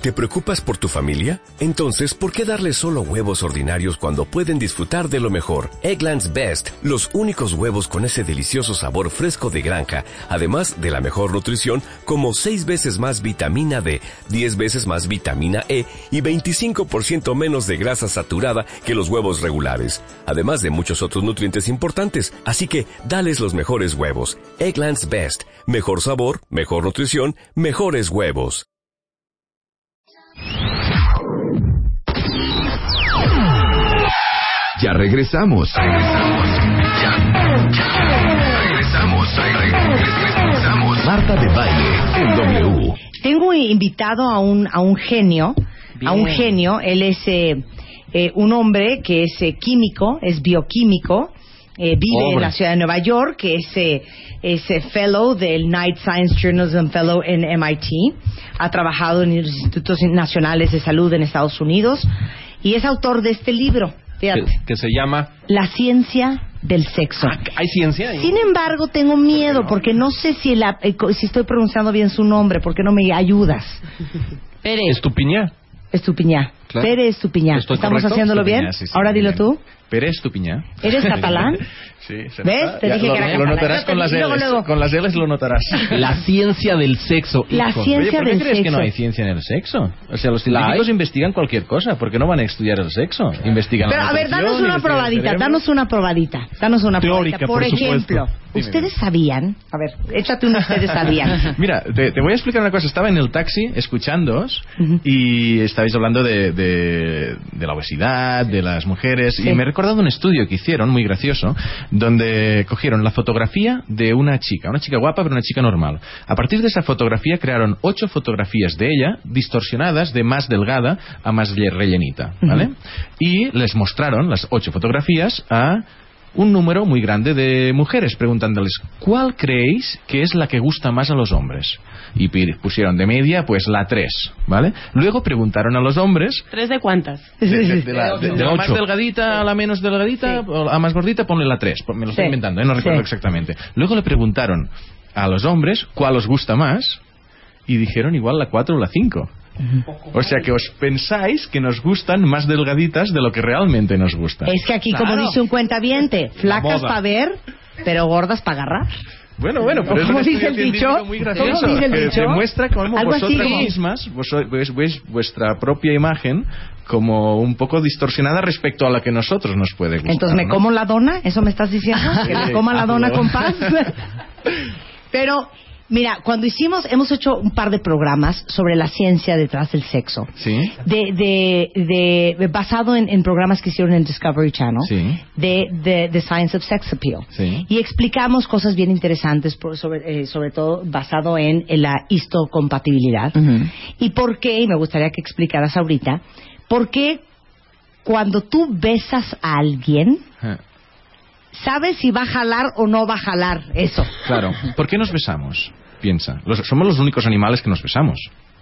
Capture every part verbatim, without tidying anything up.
¿Te preocupas por tu familia? Entonces, ¿por qué darles solo huevos ordinarios cuando pueden disfrutar de lo mejor? Eggland's Best, los únicos huevos con ese delicioso sabor fresco de granja, además de la mejor nutrición, como seis veces más vitamina D, diez veces más vitamina E y veinticinco por ciento menos de grasa saturada que los huevos regulares, además de muchos otros nutrientes importantes. Así que, dales los mejores huevos. Eggland's Best, mejor sabor, mejor nutrición, mejores huevos. Ya regresamos. Regresamos. Ya. Ya. Regresamos. Regresamos. Marta de Baile en W. Tengo invitado a un a un genio, Bien. a un genio. Él es eh, eh, un hombre que es eh, químico, es bioquímico. Eh, vive oh, en la ciudad de Nueva York, que es, eh, es eh, fellow del Knight Science Journalism Fellow en M I T. Ha trabajado en los institutos nacionales de salud en Estados Unidos y es autor de este libro, fíjate, que, que se llama La ciencia del sexo. Ah, ¿hay ciencia ahí? Sin embargo, tengo miedo no? porque no sé si, la, eh, si estoy pronunciando bien su nombre. ¿Por qué no me ayudas? Pérez. Estupiñá. Estupiñá. Claro. Pérez Estupiñá. ¿Estoy ¿Estamos correcto? haciéndolo Estupiñá, bien? Sí, sí, Ahora dilo bien. tú. Pérez Estupiñá. ¿Eres catalán? Sí. ¿Ves? Te ya, dije lo, que era lo catalán. notarás con las L's. Con las L's lo notarás. La ciencia del sexo. La hijo. ciencia Oye, ¿por qué del crees sexo? que no hay ciencia en el sexo? O sea, los científicos investigan cualquier cosa. ¿Por qué no van a estudiar el sexo? Investigan Pero la a ver, danos una probadita, danos una probadita. Danos una Teórica, probadita. Por, por ejemplo, Dime, ¿ustedes dime. sabían? A ver, échate un ustedes sabían. Mira, te, te voy a explicar una cosa. Estaba en el taxi escuchándoos uh-huh. y estabais hablando de, de, de la obesidad, de las mujeres, sí. y me he recordado un estudio que hicieron, muy gracioso, donde cogieron la fotografía de una chica, una chica guapa, pero una chica normal. A partir de esa fotografía crearon ocho fotografías de ella, distorsionadas de más delgada a más rellenita, ¿vale? Uh-huh. Y les mostraron las ocho fotografías a un número muy grande de mujeres, preguntándoles ¿cuál creéis que es la que gusta más a los hombres? Y pusieron de media pues la tres, ¿vale? Luego preguntaron a los hombres ¿tres de cuántas? De, de, de, la, de, de la más delgadita a la menos delgadita, sí. a más gordita ponle la tres, me lo estoy sí. inventando, ¿eh? No recuerdo sí. exactamente. Luego le preguntaron a los hombres cuál os gusta más y dijeron igual la cuatro o la cinco. O sea que os pensáis que nos gustan más delgaditas de lo que realmente nos gustan. Es que aquí, claro. como dice un cuentaviente, flacas para ver, pero gordas para agarrar. Bueno, bueno, pero es ¿Cómo un dice el dicho? Muy gracioso, ¿Cómo dice el que dicho? demuestra cómo Algo vosotras así, mismas, vos, veis, veis vuestra propia imagen como un poco distorsionada respecto a la que nosotros nos puede gustar. Entonces, ¿me ¿no? como la dona? ¿Eso me estás diciendo? ¿Que me coma la dona con paz? Pero... Mira, cuando hicimos, hemos hecho un par de programas sobre la ciencia detrás del sexo. Sí. De, de, de, basado en, en programas que hicieron en Discovery Channel. Sí. De, de The Science of Sex Appeal. Sí. Y explicamos cosas bien interesantes, por, sobre, eh, sobre todo basado en, en la histocompatibilidad. Uh-huh. Y por qué, y me gustaría que explicaras ahorita, por qué cuando tú besas a alguien... Uh-huh. ¿Sabes si va a jalar o no va a jalar eso? Claro. ¿Por qué nos besamos? Piensa. Los, somos los únicos animales que nos besamos.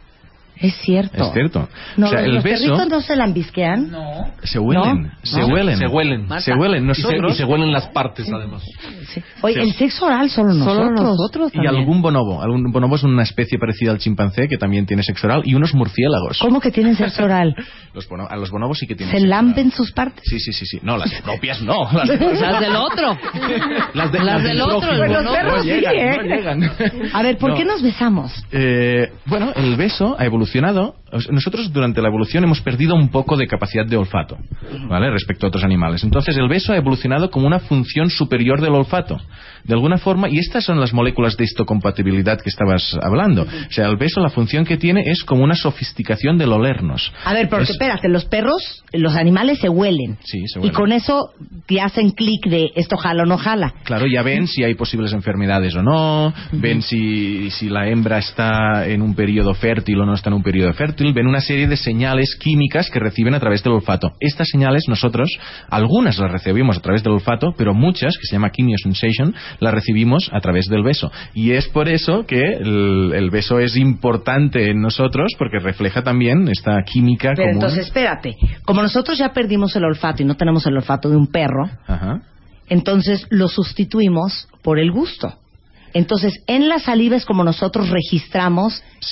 Es cierto. Es cierto. No, o sea, el ¿los beso... perritos no se lambisquean? No. Se huelen. ¿No? Se ¿No? huelen. Se huelen. Se huelen. Nosotros... Y se, y se huelen las partes, además. Sí. Oye, Sí. el sexo oral solo nosotros. Solo nosotros Y también. algún bonobo. Algún bonobo es una especie parecida al chimpancé que también tiene sexo oral. Y unos murciélagos. ¿Cómo que tienen sexo oral? Los bono... A los bonobos sí que tienen ¿Se sexo lampen oral. sus partes? Sí, sí, sí, sí. No, las propias no. Las, Las del otro. las, de, Las las del otro, prójimo. el Pues los bonobo. perros No sí, llegan, ¿eh? no llegan. A ver, ¿por No. qué nos besamos? Eh, bueno, el beso ha evolucionado. Nosotros durante la evolución hemos perdido un poco de capacidad de olfato, ¿vale? Respecto a otros animales. Entonces el beso ha evolucionado como una función superior del olfato, de alguna forma, y estas son las moléculas de histocompatibilidad que estabas hablando. O sea, el beso, la función que tiene es como una sofisticación del olernos. A ver, porque Es- espérate, los perros, los animales se huelen. Sí, se Y huelen. con eso te hacen clic de esto jala o no jala. Claro, ya ven si hay posibles enfermedades o no, ven si, si la hembra está en un periodo fértil o no está en un periodo fértil, ven una serie de señales químicas que reciben a través del olfato. Estas señales nosotros, algunas las recibimos a través del olfato, pero muchas, que se llama chemiosensation, las recibimos a través del beso. Y es por eso que el, el beso es importante en nosotros, porque refleja también esta química Pero común. entonces, espérate, como nosotros ya perdimos el olfato y no tenemos el olfato de un perro, Ajá. entonces lo sustituimos por el gusto. Entonces, en la saliva es como nosotros registramos Sí.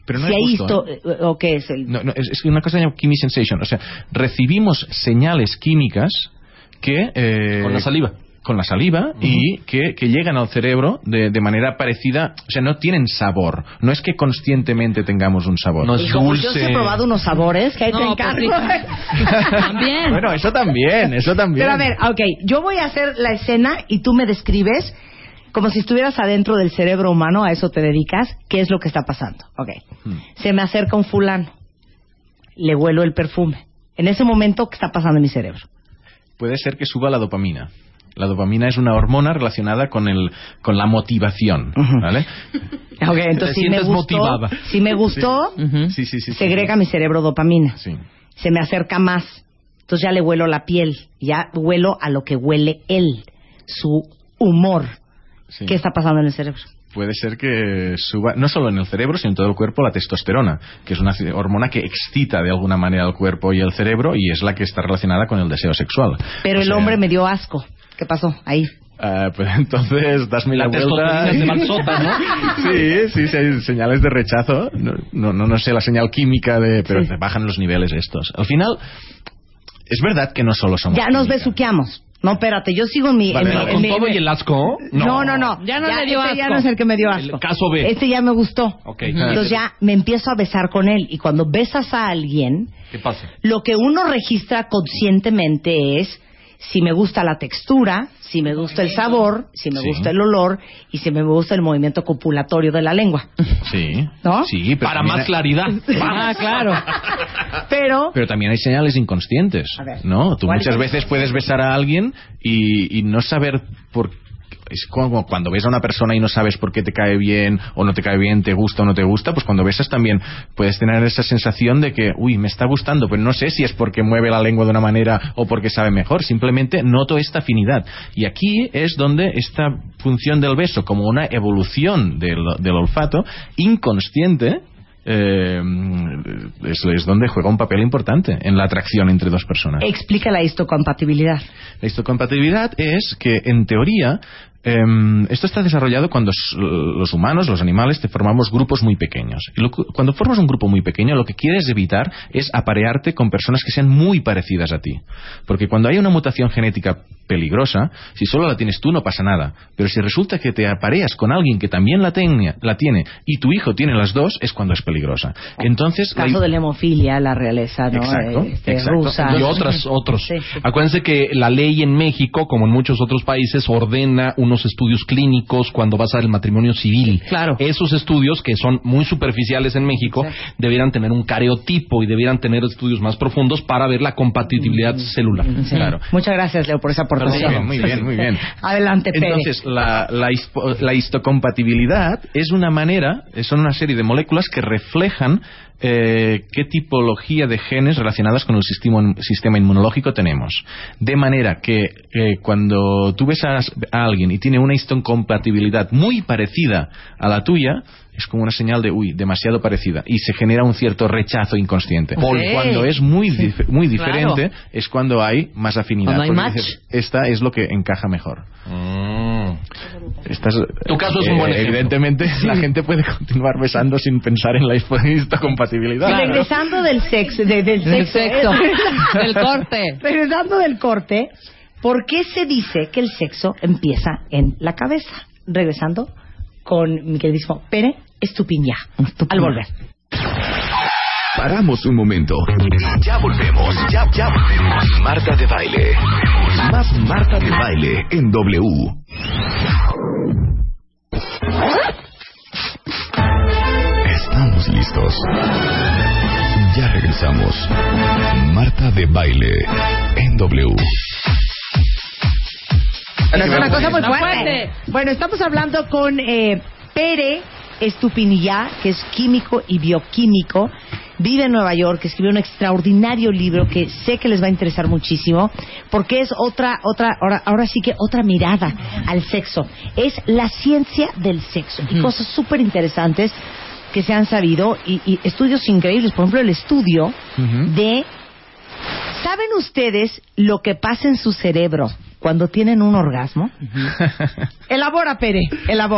Pero no si es hay justo, histo... ¿eh? ¿O qué es? El... No, no, es, es una cosa que se llama chemi sensation. O sea, recibimos señales químicas que... Eh, con la saliva. Con la saliva uh-huh. y que, que llegan al cerebro de, de manera parecida, o sea, no tienen sabor. No es que conscientemente tengamos un sabor. No es y como dulce. yo sí he probado unos sabores que ahí No, te encargo. pues, también. Bueno, eso también, eso también. Pero a ver, ok, yo voy a hacer la escena y tú me describes como si estuvieras adentro del cerebro humano, a eso te dedicas, qué es lo que está pasando. Ok, hmm. se me acerca un fulano, le huelo el perfume. En ese momento, ¿qué está pasando en mi cerebro? Puede ser que suba la dopamina. La dopamina es una hormona relacionada con el con la motivación, uh-huh. ¿vale? Okay, entonces si me, gustó, si me gustó, sí. Uh-huh. sí, sí, sí, segrega sí. mi cerebro dopamina. Sí. Se me acerca más, entonces ya le huelo la piel, ya huelo a lo que huele él, su humor. Sí. ¿Qué está pasando en el cerebro? Puede ser que suba, no solo en el cerebro, sino en todo el cuerpo, la testosterona, que es una hormona que excita de alguna manera el cuerpo y el cerebro y es la que está relacionada con el deseo sexual. Pero o el sea, hombre me dio asco. ¿Qué pasó ahí? Uh, pues entonces, dasme la, la vuelta. De Malsota, ¿no? sí, sí, sí, hay señales de rechazo. No, no, no, no sé la señal química de, pero sí. bajan los niveles estos. Al final, es verdad que no solo somos. Ya química. Nos besuqueamos. No, espérate, yo sigo en mi... Vale, en no, mi ¿Con en todo mi, y el asco? No, no, no. Ya no ya, le dio este asco. ya no es el que me dio asco. El caso B. Este ya me gustó. Okay. Entonces ya me empiezo a besar con él. Y cuando besas a alguien... ¿Qué pasa? Lo que uno registra conscientemente es si me gusta la textura, si me gusta el sabor, si me sí. gusta el olor y si me gusta el movimiento copulatorio de la lengua. Sí. ¿No? Sí, pero para más hay... claridad. Ah, claro. Pero pero también hay señales inconscientes, ¿no? Tú muchas veces puedes besar a alguien y, y no saber por qué. Es como cuando ves a una persona y no sabes por qué te cae bien o no te cae bien, te gusta o no te gusta, pues cuando besas también puedes tener esa sensación de que, uy, me está gustando, pero no sé si es porque mueve la lengua de una manera o porque sabe mejor, simplemente noto esta afinidad. Y aquí es donde esta función del beso, como una evolución del, del olfato inconsciente, Eh, es, es donde juega un papel importante en la atracción entre dos personas. Explica la histocompatibilidad. La histocompatibilidad es que, en teoría, eh, esto está desarrollado cuando los humanos, los animales, te formamos grupos muy pequeños. Y lo, cuando formas un grupo muy pequeño, lo que quieres evitar es aparearte con personas que sean muy parecidas a ti. Porque cuando hay una mutación genética peligrosa, si solo la tienes tú no pasa nada. Pero si resulta que te apareas con alguien que también la, tenga, la tiene y tu hijo tiene las dos, es cuando es peligrosa. Entonces, el caso la... de la hemofilia, la realeza, ¿no? Exacto, este, exacto. rusa. Y otras, otros. Sí, sí. Acuérdense que la ley en México, como en muchos otros países, ordena unos estudios clínicos cuando vas al matrimonio civil. Claro. Esos estudios, que son muy superficiales en México, sí. debieran tener un cariotipo y debieran tener estudios más profundos para ver la compatibilidad mm. celular. Sí. Claro. Muchas gracias, Leo, por esa aportación. Muy bien, muy bien, muy bien. Adelante, Pere. Entonces, la, la, la histocompatibilidad es una manera, son una serie de moléculas que reflejan Eh, qué tipología de genes relacionadas con el sistema, sistema inmunológico tenemos. De manera que eh, cuando tú ves a, a alguien y tiene una histocompatibilidad muy parecida a la tuya, es como una señal de, uy, demasiado parecida, y se genera un cierto rechazo inconsciente. Okay. Cuando es muy, dif- muy diferente, Claro. es cuando hay más afinidad. Cuando hay porque match. dices, esta es lo que encaja mejor. Mm. Esta es, Tu caso es un buen ejemplo. Evidentemente, la gente puede continuar besando sin pensar en la histocompatibilidad. Claro. Regresando del sexo, de, del Del sexo, sexo. ¿eh? Del corte. Regresando del corte, ¿por qué se dice que el sexo empieza en la cabeza? Regresando con mi queridísimo Pere Estupiñá. Al volver. Paramos un momento. Ya volvemos. Ya, ya volvemos. Marta de Baile. Más Marta de Baile en W. Estamos listos. Ya regresamos. Marta de Baile en W. Bueno, es una cosa muy Está fuerte. fuerte. Bueno, estamos hablando con eh, Pere Estupiñá, que es químico y bioquímico, vive en Nueva York, que escribió un extraordinario libro que sé que les va a interesar muchísimo, porque es otra, otra, ahora, ahora sí que otra mirada al sexo. Es la ciencia del sexo y cosas súper interesantes que se han sabido y, y estudios increíbles. Por ejemplo, el estudio Uh-huh. de... ¿Saben ustedes lo que pasa en su cerebro cuando tienen un orgasmo? Elabora, Pere, elabora.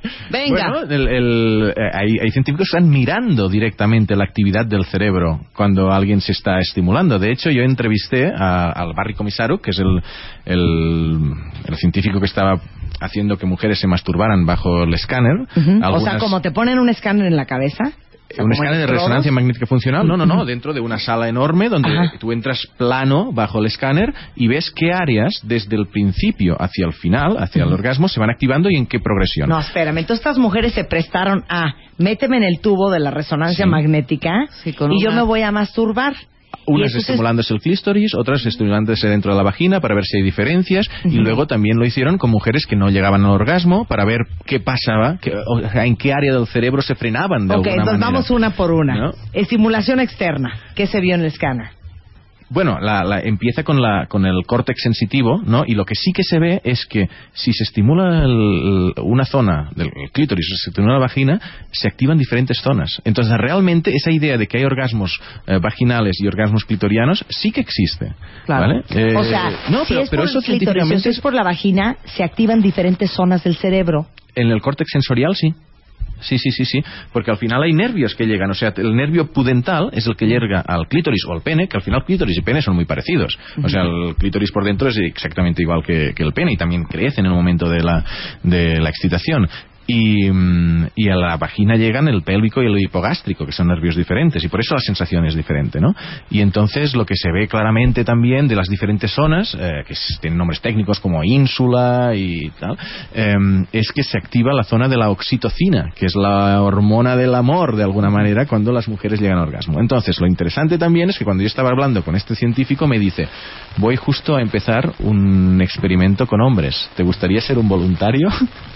Venga. Bueno, el, el, eh, hay, hay científicos que están mirando directamente la actividad del cerebro cuando alguien se está estimulando. De hecho, yo entrevisté a, al Barry Komisaruk, que es el, el, el científico que estaba haciendo que mujeres se masturbaran bajo el escáner. Uh-huh. Algunas... O sea, como te ponen un escáner en la cabeza. O sea, un escáner de resonancia magnética funcional, no, no, no, dentro de una sala enorme donde Ajá. tú entras plano bajo el escáner y ves qué áreas desde el principio hacia el final, hacia el orgasmo, se van activando y en qué progresión. No, espérame, entonces estas mujeres se prestaron a méteme en el tubo de la resonancia sí. magnética sí, y una... yo me voy a masturbar. Unas estimulándose el clítoris, otras estimulándose dentro de la vagina para ver si hay diferencias, uh-huh. y luego también lo hicieron con mujeres que no llegaban al orgasmo para ver qué pasaba, que, o sea, en qué área del cerebro se frenaban de okay, alguna manera. Ok, entonces vamos una por una. ¿No? Estimulación externa, ¿qué se vio en el escáner? Bueno, la, la, empieza con, la, con el córtex sensitivo, ¿no? Y lo que sí que se ve es que si se estimula el, una zona del clítoris o se estimula la vagina, se activan diferentes zonas. Entonces, realmente, esa idea de que hay orgasmos eh, vaginales y orgasmos clitorianos sí que existe. Claro. ¿Vale? Eh, o sea, no, si pero, es pero por eso el clítoris, si es por la vagina, se activan diferentes zonas del cerebro. En el córtex sensorial, sí. Sí, sí, sí, sí, porque al final hay nervios que llegan, o sea, el nervio pudental es el que llega al clítoris o al pene, que al final clítoris y pene son muy parecidos, o sea, el clítoris por dentro es exactamente igual que, que el pene y también crece en el momento de la, de la excitación. Y, y a la vagina llegan el pélvico y el hipogástrico, que son nervios diferentes, y por eso la sensación es diferente, ¿no? Y entonces lo que se ve claramente también de las diferentes zonas, eh, que tienen nombres técnicos como ínsula y tal, eh, es que se activa la zona de la oxitocina, que es la hormona del amor, de alguna manera, cuando las mujeres llegan al orgasmo. Entonces, lo interesante también es que cuando yo estaba hablando con este científico, me dice, voy justo a empezar un experimento con hombres, ¿te gustaría ser un voluntario?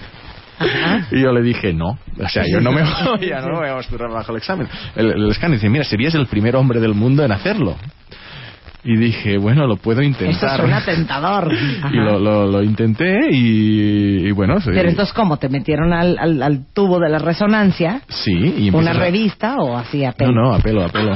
Ajá. Y yo le dije, no, o sea, yo no me voy, ya no me voy a masturbar bajo el examen. El, el escáner dice, mira, serías el primer hombre del mundo en hacerlo. Y dije, bueno, lo puedo intentar. Eso suena tentador. Y lo, lo, lo intenté y, y bueno... Sí. Pero entonces, ¿cómo? ¿Te metieron al, al, al tubo de la resonancia? Sí. Y ¿Una revista o así a pelo? No, no, a pelo, a pelo.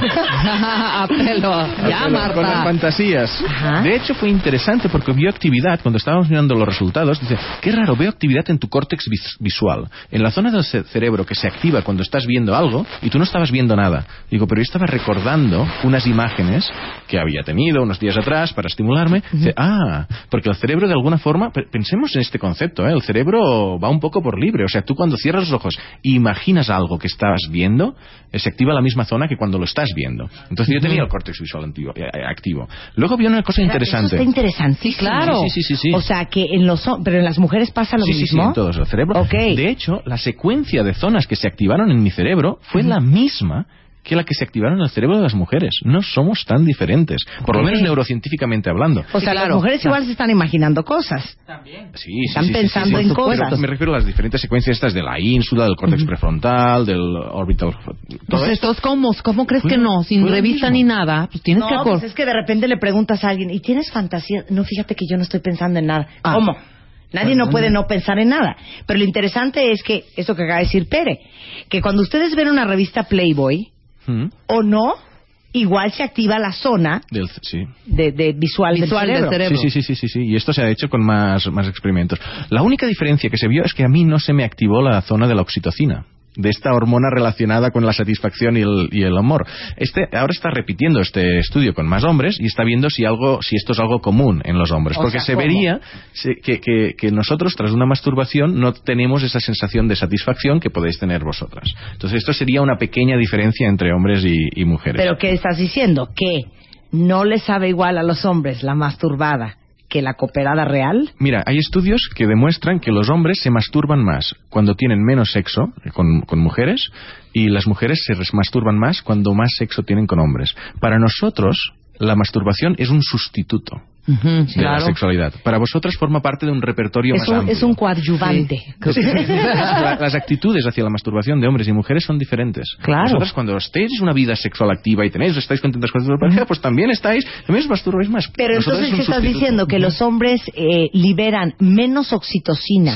A pelo. Ya, pelo, Marta. Con las fantasías. Ajá. De hecho, fue interesante porque vio actividad, cuando estábamos mirando los resultados, dice, qué raro, veo actividad en tu córtex vis- visual. En la zona del cerebro que se activa cuando estás viendo algo y tú no estabas viendo nada. Digo, pero yo estaba recordando unas imágenes que había tenido unos días atrás para estimularme. Uh-huh. Dice, ah, porque el cerebro de alguna forma, pensemos en este concepto, ¿eh? El cerebro va un poco por libre, o sea, tú cuando cierras los ojos e imaginas algo que estás viendo, se activa la misma zona que cuando lo estás viendo. Entonces uh-huh. yo tenía el córtex visual activo, eh, activo. Luego vi una cosa Era, interesante. Eso está interesante, sí, claro. Sí, sí, sí, sí, sí. O sea, que en los pero en las mujeres pasa lo sí, mismo. Sí, sí, en todos el cerebro. Okay. De hecho, la secuencia de zonas que se activaron en mi cerebro fue uh-huh. la misma que la que se activaron en el cerebro de las mujeres. No somos tan diferentes, por lo menos neurocientíficamente hablando. O sea, sí, claro, las mujeres igual se están imaginando cosas. También. Sí, sí, están sí, pensando sí, sí, en cosas. Pero me refiero a las diferentes secuencias estas de la ínsula, del córtex uh-huh. prefrontal, del orbital. Pues estos, ¿cómo, ¿cómo crees que no? Sin revista ni nada, pues tienes no, que acordar. Pues es que de repente le preguntas a alguien, ¿y tienes fantasía? No, fíjate que yo no estoy pensando en nada. Ah. ¿Cómo? Nadie no puede no pensar en nada. Pero lo interesante es que, esto que acaba de decir Pere, que cuando ustedes ven una revista Playboy, ¿Mm? o no, igual se activa la zona del, sí. de, de visual, visual del, cerebro. del cerebro. Sí, sí, sí, sí, sí, y esto se ha hecho con más, más experimentos. La única diferencia que se vio es que a mí no se me activó la zona de la oxitocina, de esta hormona relacionada con la satisfacción y el, y el amor. Este ahora está repitiendo este estudio con más hombres y está viendo si algo si esto es algo común en los hombres, o porque sea, se ¿cómo? vería que, que, que nosotros tras una masturbación no tenemos esa sensación de satisfacción que podéis tener vosotras. Entonces esto sería una pequeña diferencia entre hombres y, y mujeres. ¿Pero qué estás diciendo? ¿Que no les sabe igual a los hombres la masturbada que la cooperada real? Mira, hay estudios que demuestran que los hombres se masturban más cuando tienen menos sexo con, con mujeres y las mujeres se masturban más cuando más sexo tienen con hombres. Para nosotros, la masturbación es un sustituto uh-huh, de claro. la sexualidad. Para vosotras forma parte de un repertorio es más un, amplio. Es un coadjuvante. Sí. las, las actitudes hacia la masturbación de hombres y mujeres son diferentes. Claro. Vosotras cuando estéis una vida sexual activa y tenéis, estáis contentas con vuestra pareja, pues también estáis, también os masturbáis más. Pero Nosotros entonces, ¿qué estás sustituto. diciendo? Que uh-huh. los hombres eh, liberan menos oxitocina sí.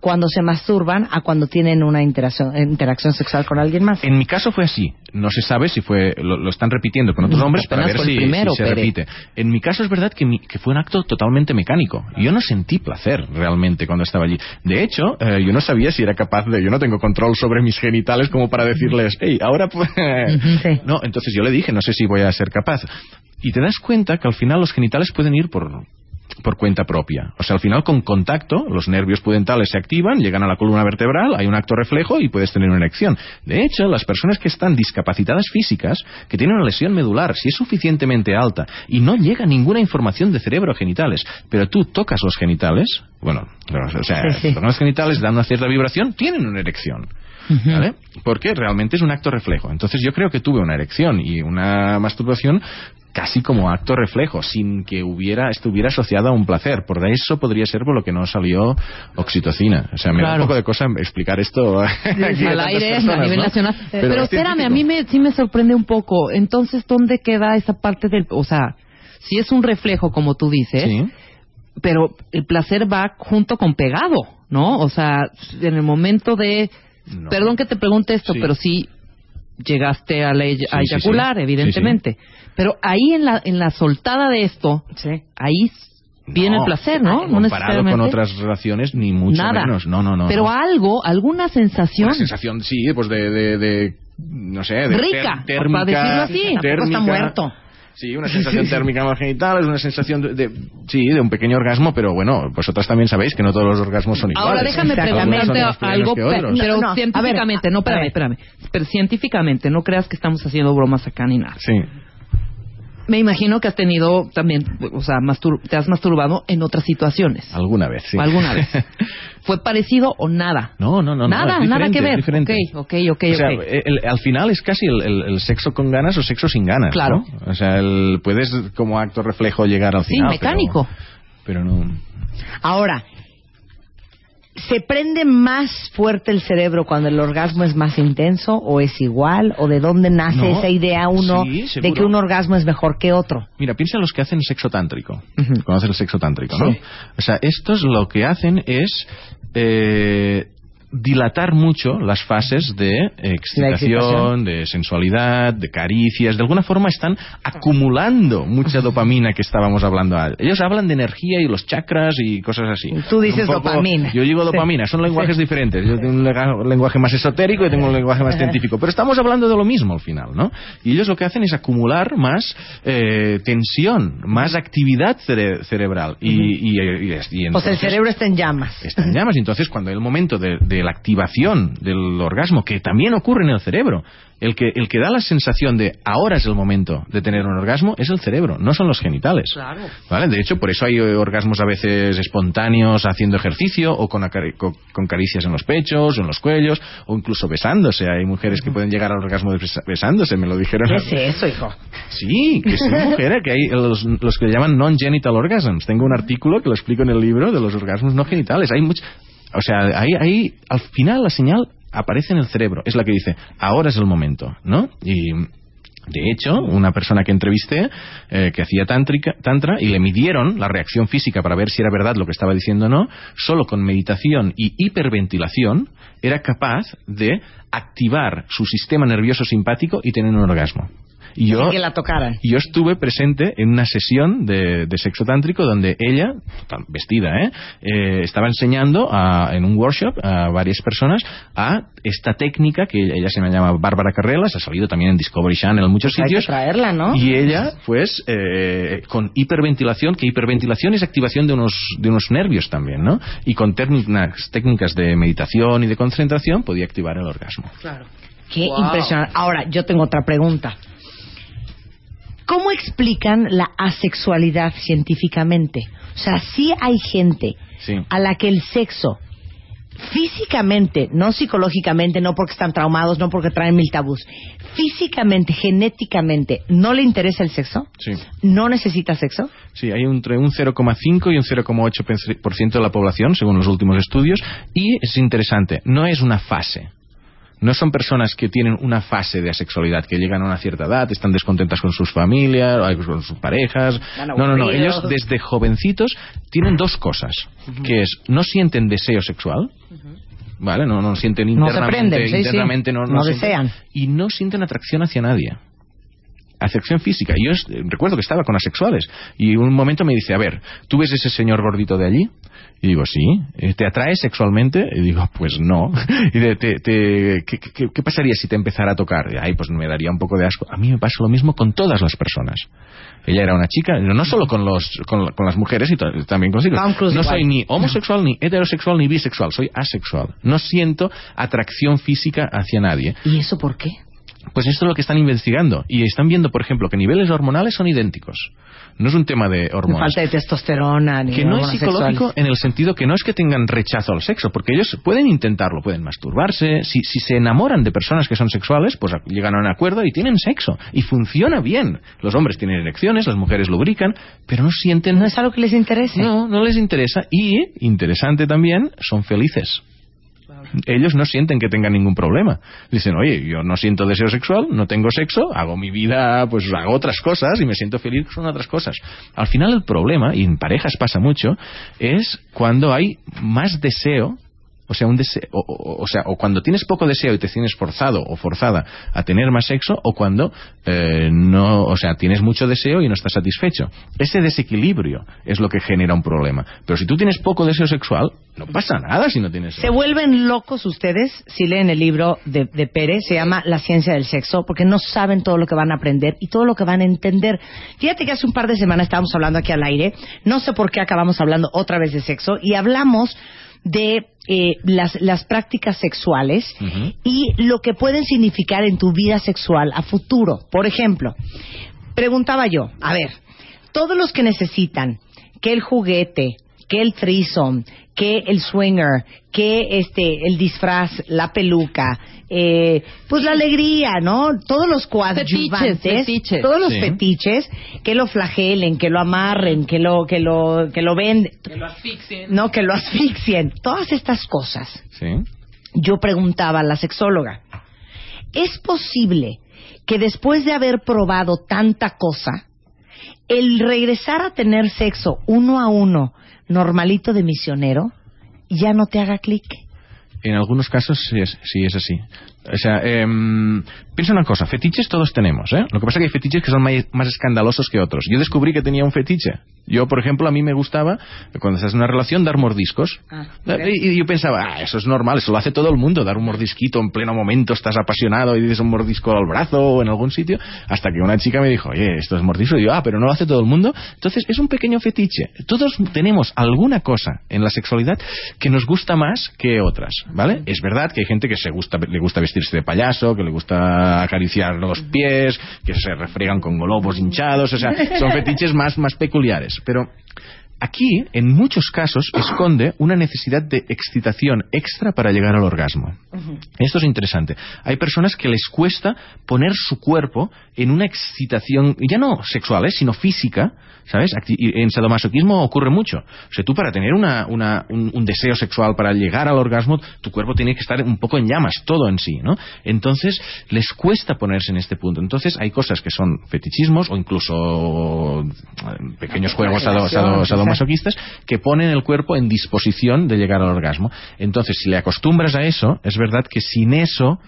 cuando se masturban a cuando tienen una interacción, interacción sexual con alguien más. En mi caso fue así. No se sabe si fue... Lo, lo están repitiendo con otros hombres para ver si, primero, si se Pere. repite. En mi caso es verdad que, mi, que fue un acto totalmente mecánico. Yo no sentí placer realmente cuando estaba allí. De hecho, eh, yo no sabía si era capaz de... Yo no tengo control sobre mis genitales como para decirles, hey, ahora pues... Sí. No, entonces yo le dije, no sé si voy a ser capaz. Y te das cuenta que al final los genitales pueden ir por... por cuenta propia. O sea, al final con contacto los nervios pudentales se activan, llegan a la columna vertebral, hay un acto reflejo y puedes tener una erección. De hecho, las personas que están discapacitadas físicas, que tienen una lesión medular, si es suficientemente alta y no llega ninguna información de cerebro a genitales, pero tú tocas los genitales, bueno, o sea, sí, sí. tocas los genitales, dan una cierta vibración, tienen una erección. Uh-huh. ¿Vale? Porque realmente es un acto reflejo. Entonces yo creo que tuve una erección y una masturbación casi como acto reflejo, sin que hubiera estuviera asociada a un placer. Por eso podría ser por lo que no salió oxitocina. O sea, me claro. da un poco de cosa explicar esto aquí al aire, personas, a nivel ¿no? nacional. Pero, Pero espérame, a mí me, sí me sorprende un poco. Entonces, ¿dónde queda esa parte del... O sea, si es un reflejo, como tú dices, sí. pero el placer va junto con pegado, ¿no? O sea, en el momento de... No. Perdón que te pregunte esto, sí. pero sí llegaste a, la, a sí, eyacular, sí, sí. evidentemente. Sí, sí. Pero ahí en la en la soltada de esto, sí. ahí viene no, el placer, ¿no? No comparado con otras relaciones, ni mucho Nada. menos. No, no, no. Pero no. algo, alguna sensación. Una sensación, sí, pues de... de, de no sé, de rica, ter, térmica, para decirlo así. Térmica, está muerto. Sí, una sensación térmica en los genitales, una sensación de, de, sí, de un pequeño orgasmo, pero bueno, vosotras también sabéis que no todos los orgasmos son iguales. Ahora déjame preguntarte algo, pero, pero no, no, científicamente, ver, no, espérame, espérame, pero científicamente, no creas que estamos haciendo bromas acá ni nada. Sí. Me imagino que has tenido también, o sea, mastur- te has masturbado en otras situaciones. Alguna vez, sí. Alguna vez. ¿Fue parecido o nada? No, no, no. Nada, no, nada que ver. Diferente. Ok, ok, ok. O sea, okay. El, el, al final es casi el, el, el sexo con ganas o sexo sin ganas. Claro. ¿no? O sea, el, puedes como acto reflejo llegar al final. Sí, mecánico. Pero, pero no. Ahora, ¿se prende más fuerte el cerebro cuando el orgasmo es más intenso o es igual? ¿O de dónde nace no, esa idea uno sí, de que un orgasmo es mejor que otro? Mira, piensa en los que hacen sexo tántrico. Uh-huh. ¿Conoces el sexo tántrico, no? Sí. O sea, estos lo que hacen es... Eh, dilatar mucho las fases de excitación, de sensualidad, de caricias. De alguna forma están acumulando mucha dopamina que estábamos hablando. Ellos hablan de energía y los chakras y cosas así. Tú dices poco, dopamina. Yo digo dopamina. Son lenguajes sí. diferentes. Yo tengo un lenguaje más esotérico y tengo un lenguaje más científico. Pero estamos hablando de lo mismo al final, ¿no? Y ellos lo que hacen es acumular más eh, tensión, más actividad cere- cerebral. Y, y, y, y, y entonces, o sea, el cerebro está en llamas. Está en llamas. Y entonces, cuando hay el momento de, de la activación del orgasmo, que también ocurre en el cerebro, el que, el que da la sensación de ahora es el momento de tener un orgasmo es el cerebro, no son los genitales. Claro. ¿Vale? De hecho, por eso hay orgasmos a veces espontáneos haciendo ejercicio o con, con, con caricias en los pechos o en los cuellos o incluso besándose. Hay mujeres que pueden llegar al orgasmo besándose, me lo dijeron. ¿Qué es eso, hijo? Sí, que sí, mujeres, que hay los, los que llaman non-genital orgasms. Tengo un artículo que lo explico en el libro de los orgasmos no genitales. Hay much... O sea, ahí, ahí al final la señal aparece en el cerebro, es la que dice, ahora es el momento, ¿no? Y de hecho, una persona que entrevisté, eh, que hacía tántrica, tantra, y le midieron la reacción física para ver si era verdad lo que estaba diciendo o no, solo con meditación y hiperventilación era capaz de activar su sistema nervioso simpático y tener un orgasmo. Y yo, que la tocaran. yo estuve presente en una sesión de, de sexo tántrico donde ella, vestida, ¿eh? Eh, estaba enseñando a, en un workshop a varias personas a esta técnica que ella se llama Bárbara Carrelas, ha salido también en Discovery Channel en muchos pues sitios. Hay que traerla, ¿no? Y ella, pues, eh, con hiperventilación, que hiperventilación es activación de unos, de unos nervios también, ¿no? Y con técnicas, técnicas de meditación y de concentración podía activar el orgasmo. Claro. Qué wow. impresionante. Ahora, yo tengo otra pregunta. ¿Cómo explican la asexualidad científicamente? O sea, sí hay gente sí. a la que el sexo físicamente, no psicológicamente, no porque están traumados, no porque traen mil tabús, físicamente, genéticamente, ¿no le interesa el sexo? Sí. ¿No necesita sexo? Sí, hay entre un cero coma cinco y un cero coma ocho por ciento de la población, según los últimos estudios, y es interesante, no es una fase. No son personas que tienen una fase de asexualidad, que llegan a una cierta edad, están descontentas con sus familias, con sus parejas. No, no, no. Ellos desde jovencitos tienen dos cosas, uh-huh. que es, no sienten deseo sexual, uh-huh. ¿vale? No, no sienten internamente, no se prenden, sí, internamente sí. no, no, no desean. Sienten, y no sienten atracción hacia nadie. Atracción física. Yo es, recuerdo que estaba con asexuales y un momento me dice, a ver, ¿tú ves ese señor gordito de allí? Y digo, sí. ¿Te atrae sexualmente? Y digo, pues no. Y de, te, te, ¿qué, qué, ¿qué pasaría si te empezara a tocar? Y, ay, pues me daría un poco de asco. A mí me pasa lo mismo con todas las personas. Ella era una chica, no solo con los con, con las mujeres, y to, también con los chicos. No soy ni homosexual, ni heterosexual, ni bisexual. Soy asexual. No siento atracción física hacia nadie. ¿Y eso por qué? Pues esto es lo que están investigando. Y están viendo, por ejemplo, que niveles hormonales son idénticos. No es un tema de hormonas. Falta de testosterona. Ni que no es psicológico sexuales. En el sentido que no es que tengan rechazo al sexo, porque ellos pueden intentarlo, pueden masturbarse. Si, si se enamoran de personas que son sexuales, pues llegan a un acuerdo y tienen sexo. Y funciona bien. Los hombres tienen erecciones, las mujeres lubrican, pero no sienten... No es algo que les interese. No, no les interesa. Y, interesante también, son felices. Ellos no sienten que tengan ningún problema. Dicen, oye, yo no siento deseo sexual, no tengo sexo, hago mi vida, pues hago otras cosas y me siento feliz con otras cosas. Al final el problema, y en parejas pasa mucho, es cuando hay más deseo. O sea, un deseo, o, o, o sea, o cuando tienes poco deseo y te tienes forzado o forzada a tener más sexo, o cuando eh, no, o sea, tienes mucho deseo y no estás satisfecho. Ese desequilibrio es lo que genera un problema. Pero si tú tienes poco deseo sexual, no pasa nada si no tienes sexo. Se vuelven locos ustedes si leen el libro de, de Pérez, se llama La ciencia del sexo, porque no saben todo lo que van a aprender y todo lo que van a entender. Fíjate que hace un par de semanas estábamos hablando aquí al aire, no sé por qué acabamos hablando otra vez de sexo, y hablamos de eh, las, las prácticas sexuales uh-huh. y lo que pueden significar en tu vida sexual a futuro. Por ejemplo, preguntaba yo, a ver, todos los que necesitan que el juguete, que el threesome, que el swinger, que este el disfraz, la peluca, eh, pues la alegría, ¿no? Todos los coadyuvantes, fetiches, fetiches. todos los sí. fetiches, que lo flagelen, que lo amarren, que lo que lo que lo venden, que lo asfixien, no, que lo asfixien, todas estas cosas. Sí. Yo preguntaba a la sexóloga, ¿es posible que después de haber probado tanta cosa, el regresar a tener sexo uno a uno normalito de misionero ya no te haga clic? En algunos casos sí es, sí es así. O sea, eh, piensa una cosa, fetiches todos tenemos, ¿eh? Lo que pasa es que hay fetiches que son más, más escandalosos que otros. Yo descubrí que tenía un fetiche. Yo, por ejemplo, a mí me gustaba, cuando estás en una relación, dar mordiscos. Ah, okay. y, y yo pensaba, ah, eso es normal, eso lo hace todo el mundo, dar un mordisquito en pleno momento, estás apasionado y dices un mordisco al brazo o en algún sitio, hasta que una chica me dijo, oye, esto es mordisco. Y yo, ah, pero no lo hace todo el mundo. Entonces, es un pequeño fetiche. Todos tenemos alguna cosa en la sexualidad que nos gusta más que otras, ¿vale? Es verdad que hay gente que se gusta, le gusta vestirse de payaso, que le gusta acariciar los pies, que se refriegan con globos hinchados, o sea, son fetiches más, más peculiares. Pero aquí, en muchos casos, esconde una necesidad de excitación extra para llegar al orgasmo. Uh-huh. Esto es interesante. Hay personas que les cuesta poner su cuerpo en una excitación, ya no sexual, ¿eh? sino física, ¿sabes? En sadomasoquismo ocurre mucho. O sea, tú para tener una, una, un, un deseo sexual, para llegar al orgasmo, tu cuerpo tiene que estar un poco en llamas, todo en sí, ¿no? Entonces, les cuesta ponerse en este punto. Entonces, hay cosas que son fetichismos o incluso pequeños juegos sado, sado, sadomasoquistas que ponen el cuerpo en disposición de llegar al orgasmo. Entonces, si le acostumbras a eso, es verdad que sin eso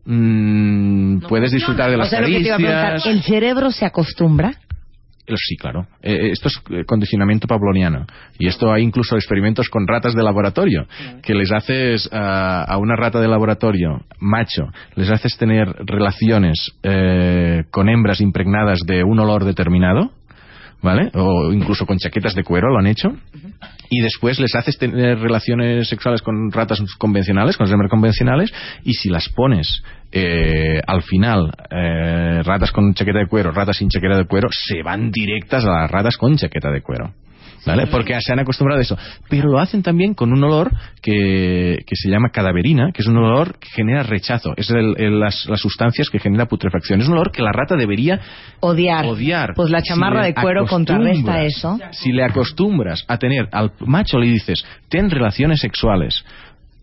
mmm, no puedes disfrutar de las o sea, caricias. Lo que te iba a preguntar, ¿el cerebro se acostumbra? Sí, claro. Eh, esto es condicionamiento pavloniano. Y esto hay incluso experimentos con ratas de laboratorio, que les haces a, a una rata de laboratorio, macho, les haces tener relaciones eh, con hembras impregnadas de un olor determinado, ¿vale? O incluso con chaquetas de cuero lo han hecho. Y después les haces tener relaciones sexuales con ratas convencionales, con las hembras convencionales, y si las pones eh, al final, eh, ratas con chaqueta de cuero, ratas sin chaqueta de cuero, se van directas a las ratas con chaqueta de cuero, ¿vale? Porque se han acostumbrado a eso. Pero lo hacen también con un olor que, que se llama cadaverina, que es un olor que genera rechazo. Es el, el, las, las sustancias que genera putrefacción. Es un olor que la rata debería odiar. odiar. Pues la chamarra si de cuero contrarresta eso. Si le acostumbras a tener al macho, le dices, ten relaciones sexuales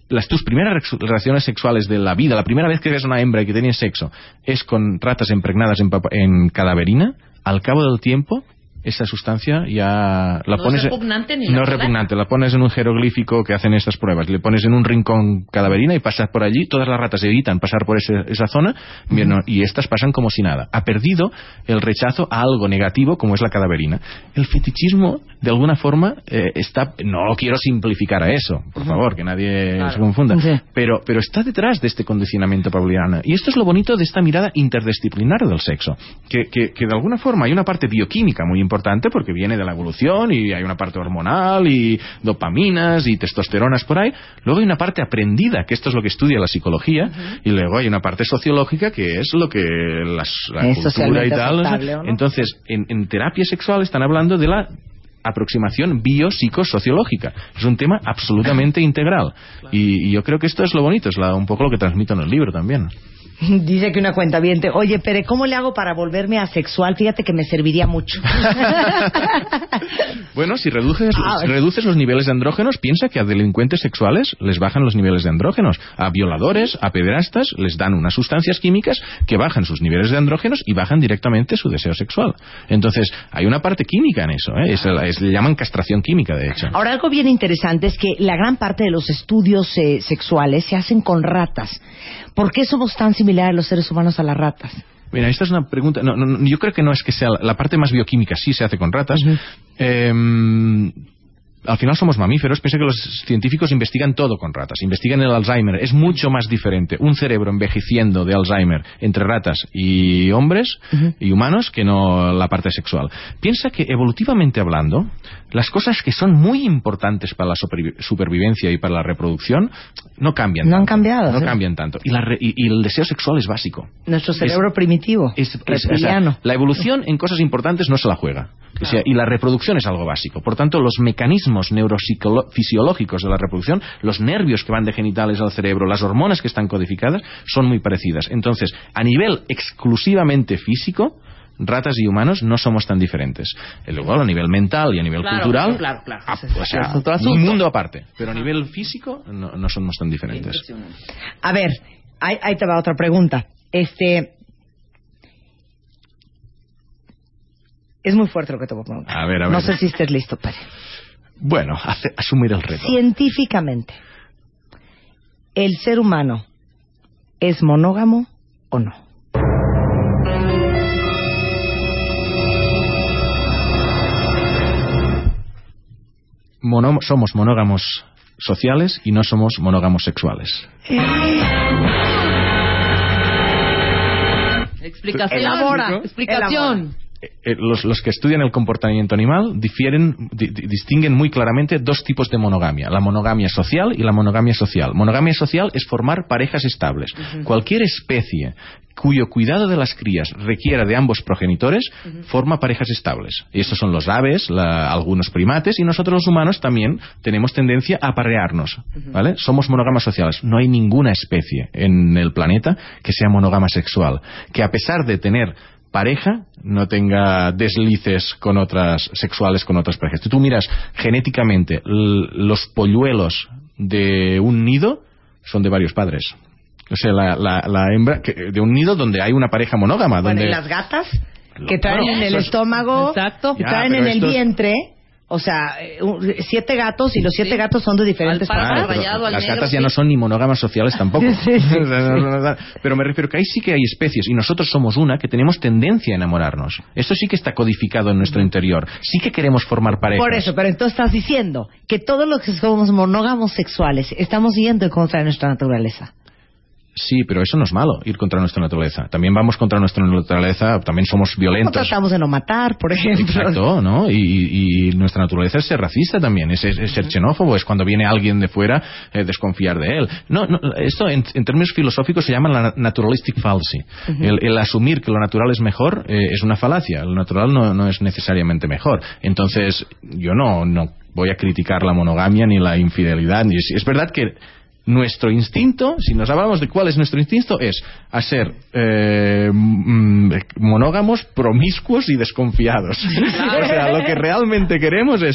las tus primeras relaciones sexuales de la vida, la primera vez que ves a una hembra y que tienes sexo, es con ratas impregnadas en, en cadaverina, al cabo del tiempo esa sustancia ya la no pones... es repugnante ni No es repugnante, la pones en un jeroglífico que hacen estas pruebas, le pones en un rincón cadaverina y pasas por allí, todas las ratas evitan pasar por ese, esa zona, uh-huh. y estas pasan como si nada. Ha perdido el rechazo a algo negativo como es la cadaverina. El fetichismo, de alguna forma, eh, está... No quiero simplificar a eso, por uh-huh. favor, que nadie claro. se confunda, sí. pero, pero está detrás de este condicionamiento pavloviano. Y esto es lo bonito de esta mirada interdisciplinar del sexo, que, que, que de alguna forma hay una parte bioquímica muy importante importante porque viene de la evolución y hay una parte hormonal y dopaminas y testosteronas por ahí. Luego hay una parte aprendida, que esto es lo que estudia la psicología, uh-huh. y luego hay una parte sociológica que es lo que las, la es cultura y tal. ¿No? Entonces, en, en terapia sexual están hablando de la aproximación biopsicosociológica. Es un tema absolutamente integral. Claro. Y, y yo creo que esto es lo bonito, es la, un poco lo que transmito en el libro también. Dice que una cuentaviente, oye, Pere, ¿cómo le hago para volverme asexual? Fíjate que me serviría mucho. Bueno, si reduces, si reduces los niveles de andrógenos, piensa que a delincuentes sexuales les bajan los niveles de andrógenos. A violadores, a pederastas, les dan unas sustancias químicas que bajan sus niveles de andrógenos y bajan directamente su deseo sexual. Entonces, hay una parte química en eso, ¿eh? es, es, le llaman castración química, de hecho. Ahora, algo bien interesante es que la gran parte de los estudios eh, sexuales se hacen con ratas. ¿Por qué somos tan similares los seres humanos a las ratas? Mira, esta es una pregunta... No, no, yo creo que no es que sea... La parte más bioquímica sí se hace con ratas. Uh-huh. Eh, al final somos mamíferos. Piensa que los científicos investigan todo con ratas. Investigan el Alzheimer. Es mucho más diferente un cerebro envejeciendo de Alzheimer entre ratas y hombres uh-huh. y humanos que no la parte sexual. Piensa que evolutivamente hablando, las cosas que son muy importantes para la supervi- supervivencia y para la reproducción no cambian no tanto. han cambiado. No ¿sí? cambian tanto. Y, la re- y, y el deseo sexual es básico. Nuestro cerebro es, primitivo. Es, es, o sea, la evolución en cosas importantes no se la juega. Claro. O sea, y la reproducción es algo básico. Por tanto, los mecanismos neurofisiológicos de la reproducción, los nervios que van de genitales al cerebro, las hormonas que están codificadas, son muy parecidas. Entonces, a nivel exclusivamente físico, ratas y humanos no somos tan diferentes. Y luego, a nivel mental y a nivel claro, cultural, claro, claro. A, o sea, es un mundo aparte. Pero a nivel físico no, no somos tan diferentes. A ver, ahí, ahí te va otra pregunta. Este... Es muy fuerte lo que te voy a preguntar. A ver, a ver. No sé si estés listo, Pere. Bueno, hace, asumir el reto. Científicamente, ¿el ser humano es monógamo o no? Mono, somos monógamos sociales y no somos monógamos sexuales. Explicación. Elabora. Explicación. Elabora. Eh, los, los que estudian el comportamiento animal difieren, di, distinguen muy claramente dos tipos de monogamia: la monogamia social y la monogamia social. Monogamia social es formar parejas estables. Uh-huh. Cualquier especie cuyo cuidado de las crías requiera de ambos progenitores uh-huh. forma parejas estables. Y estos son los aves, la, algunos primates, y nosotros los humanos también tenemos tendencia a aparearnos, uh-huh. ¿vale? Somos monógamas sociales. No hay ninguna especie en el planeta que sea monógama sexual, que a pesar de tener pareja no tenga deslices con otras sexuales con otras parejas. Si tú miras genéticamente l- los polluelos de un nido son de varios padres. O sea, la, la, la hembra que, de un nido donde hay una pareja monógama. Bueno, donde... ¿y las gatas? Que traen bueno, en el estómago, exacto. que traen ya, en el estos... vientre. O sea, siete gatos y los siete sí. gatos son de diferentes claro, rayado, Las negro, gatas ya sí. no son ni monógamas sociales tampoco. Sí, sí, sí. Pero me refiero que ahí sí que hay especies y nosotros somos una que tenemos tendencia a enamorarnos. Esto sí que está codificado en nuestro interior. Sí que queremos formar parejas. Por eso, pero entonces estás diciendo que todos los que somos monógamos sexuales estamos yendo en contra de nuestra naturaleza. Sí, pero eso no es malo, ir contra nuestra naturaleza. También vamos contra nuestra naturaleza, también somos violentos. No tratamos de no matar, por ejemplo. Exacto, ¿no? Y, y nuestra naturaleza es ser racista también, es, es, es ser xenófobo, es cuando viene alguien de fuera eh, desconfiar de él. No, no esto en, en términos filosóficos se llama la naturalistic fallacy. Uh-huh. El, el asumir que lo natural es mejor eh, es una falacia. Lo natural no, no es necesariamente mejor. Entonces, yo no, no voy a criticar la monogamia ni la infidelidad. Es, es verdad que nuestro instinto, si nos hablamos de cuál es nuestro instinto, es a ser eh, monógamos, promiscuos y desconfiados. O sea, lo que realmente queremos es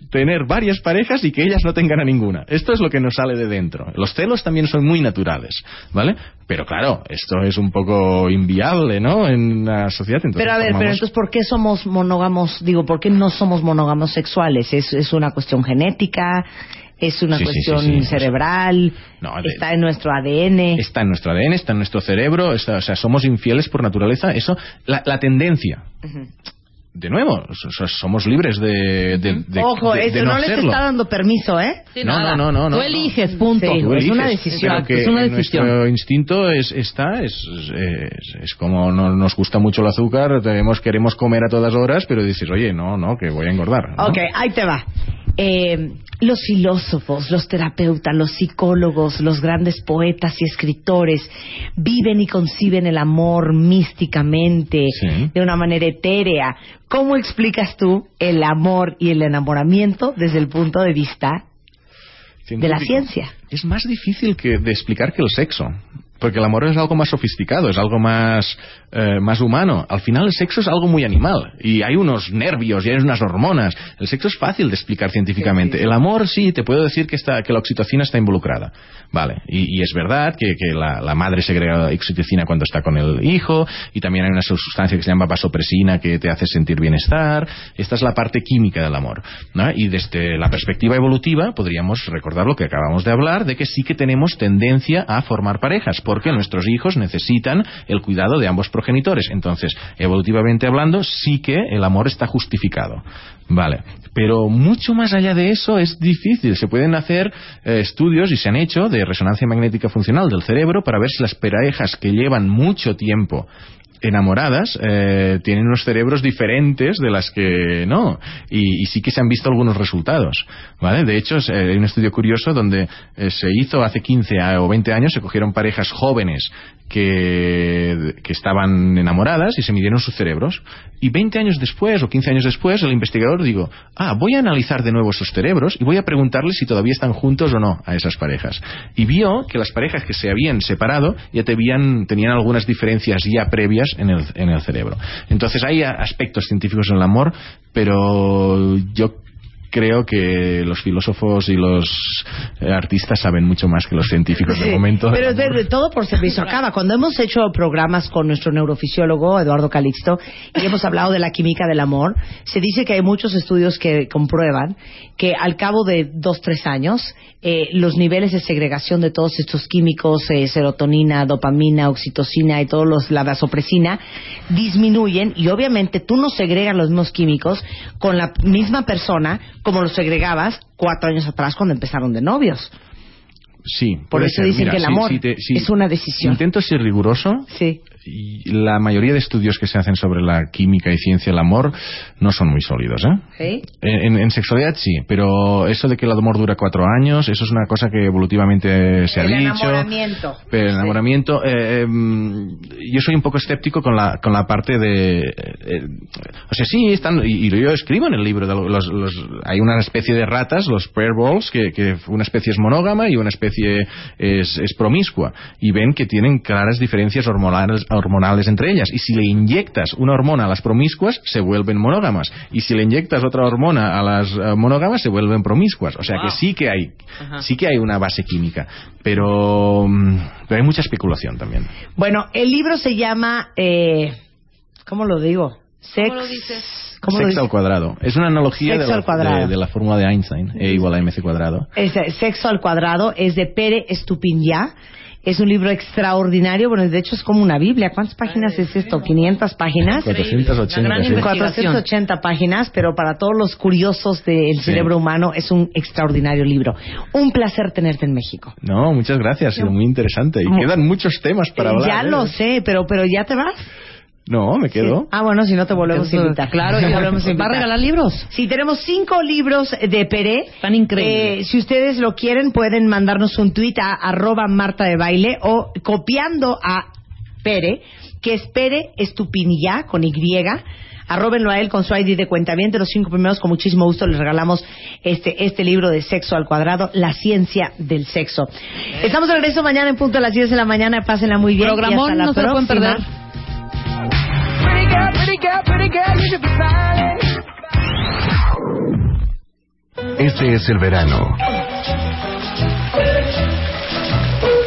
tener varias parejas y que ellas no tengan a ninguna. Esto es lo que nos sale de dentro. Los celos también son muy naturales, ¿vale? Pero claro, esto es un poco inviable, ¿no? En la sociedad. Entonces, pero a ver, formamos... pero entonces, ¿por qué somos monógamos? Digo, ¿por qué no somos monógamos sexuales? ¿Es, es una cuestión genética? ¿Es una sí, cuestión sí, sí, sí. cerebral? No, de... ¿Está en nuestro A D N? Está en nuestro A D N, está en nuestro cerebro. Está, o sea, somos infieles por naturaleza. Eso, la, la tendencia... Uh-huh. De nuevo, somos libres de, de, de Ojo, de, eso de no, no les hacerlo. está dando permiso, ¿eh? Sí, no, no, no, no, no. Tú eliges, punto. Sí, Tú es eliges, una decisión. pero que es una en decisión. Nuestro instinto es, está, es, es, es como no, nos gusta mucho el azúcar, tenemos, queremos comer a todas horas, pero dices, oye, no, no, que voy a engordar, ¿no? Ok, ahí te va. Eh, los filósofos, los terapeutas, los psicólogos, los grandes poetas y escritores viven y conciben el amor místicamente, sí. de una manera etérea. ¿Cómo explicas tú el amor y el enamoramiento desde el punto de vista científico de la ciencia? Es más difícil que de explicar que el sexo. Porque el amor es algo más sofisticado, es algo más, eh, más humano. Al final el sexo es algo muy animal. Y hay unos nervios y hay unas hormonas. El sexo es fácil de explicar científicamente. El amor sí, te puedo decir que, está, que la oxitocina está involucrada. Vale. Y, y es verdad que, que la, la madre segrega oxitocina cuando está con el hijo. Y también hay una sustancia que se llama vasopresina que te hace sentir bienestar. Esta es la parte química del amor, ¿no? Y desde la perspectiva evolutiva podríamos recordar lo que acabamos de hablar, de que sí que tenemos tendencia a formar parejas. Porque nuestros hijos necesitan el cuidado de ambos progenitores. Entonces, evolutivamente hablando, sí que el amor está justificado. Vale. Pero mucho más allá de eso es difícil. Se pueden hacer eh, estudios, y se han hecho, de resonancia magnética funcional del cerebro para ver si las parejas que llevan mucho tiempo enamoradas eh, tienen unos cerebros diferentes de las que no, y, y sí que se han visto algunos resultados, ¿vale? De hecho, eh, hay un estudio curioso donde eh, se hizo hace quince o veinte años, se cogieron parejas jóvenes que, que estaban enamoradas y se midieron sus cerebros, y veinte años después o quince años después el investigador digo, ah, voy a analizar de nuevo esos cerebros y voy a preguntarles si todavía están juntos o no a esas parejas, y vio que las parejas que se habían separado ya tenían, tenían algunas diferencias ya previas en el, en el cerebro. Entonces hay aspectos científicos en el amor, pero yo creo que los filósofos y los eh, artistas saben mucho más que los científicos de sí, momento. Pero de, de todo por servicio acaba. Cuando hemos hecho programas con nuestro neurofisiólogo Eduardo Calixto y hemos hablado de la química del amor, se dice que hay muchos estudios que comprueban que al cabo de dos, tres años eh, los niveles de segregación de todos estos químicos, eh, serotonina, dopamina, oxitocina y todos los, la vasopresina, disminuyen, y obviamente tú no segregas los mismos químicos con la misma persona como los segregabas cuatro años atrás cuando empezaron de novios. Sí, por eso ser. dicen Mira, que el sí, amor sí te, sí, es una decisión. Intento ser riguroso. Sí. Y la mayoría de estudios que se hacen sobre la química y ciencia del amor no son muy sólidos, ¿eh? ¿Sí? En, en sexualidad sí, pero eso de que el amor dura cuatro años, eso es una cosa que evolutivamente se el ha dicho. El enamoramiento. Pero el sí. enamoramiento, eh, eh, yo soy un poco escéptico con la con la parte de, eh, o sea, sí están, y, y yo escribo en el libro de los, los, hay una especie de ratas, los prayer balls, que, que una especie es monógama y una especie es, es promiscua, y ven que tienen claras diferencias hormonales hormonales entre ellas, y si le inyectas una hormona a las promiscuas se vuelven monógamas, y si le inyectas otra hormona a las uh, monógamas se vuelven promiscuas, o sea wow. que sí que hay Ajá. sí que hay una base química, pero, pero hay mucha especulación también. Bueno, el libro se llama eh, ¿cómo lo digo? Sex, ¿Cómo lo dices? ¿Cómo Sexo lo al cuadrado. Es una analogía de la, de, de la fórmula de Einstein, E igual a mc cuadrado. Es, Sexo al cuadrado es de Pere Estupinyà. Es un libro extraordinario, bueno, de hecho es como una Biblia. ¿Cuántas páginas es esto? ¿quinientas páginas? cuatrocientas ochenta. Sí. cuatrocientas ochenta páginas, pero para todos los curiosos del sí. cerebro humano es un extraordinario libro. Un placer tenerte en México. No, muchas gracias, ha sido muy interesante. Y quedan muchos temas para hablar. Ya ¿eh? lo sé, pero, pero ¿ya te vas? No, me quedo. Sí. Ah, bueno, si no te volvemos a invitar. Claro, ya volvemos a invitar. ¿Va a regalar libros? Sí, tenemos cinco libros de Pere. Están increíbles. Eh, si ustedes lo quieren, pueden mandarnos un tuit a arroba Marta de Baile o copiando a Pere, que es Pere Estupinyà con Y. Arróbenlo a él con su I D de cuentaviente. Los cinco primeros, con muchísimo gusto, les regalamos este este libro de Sexo al Cuadrado, La Ciencia del Sexo. Estamos de regreso mañana en punto a las diez de la mañana. Pásenla muy bien. Programón, y hasta la no se lo pueden perder. Pretty girl, pretty girl, pretty girl, you should be smiling. Este es el verano.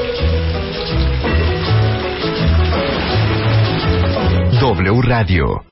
W Radio.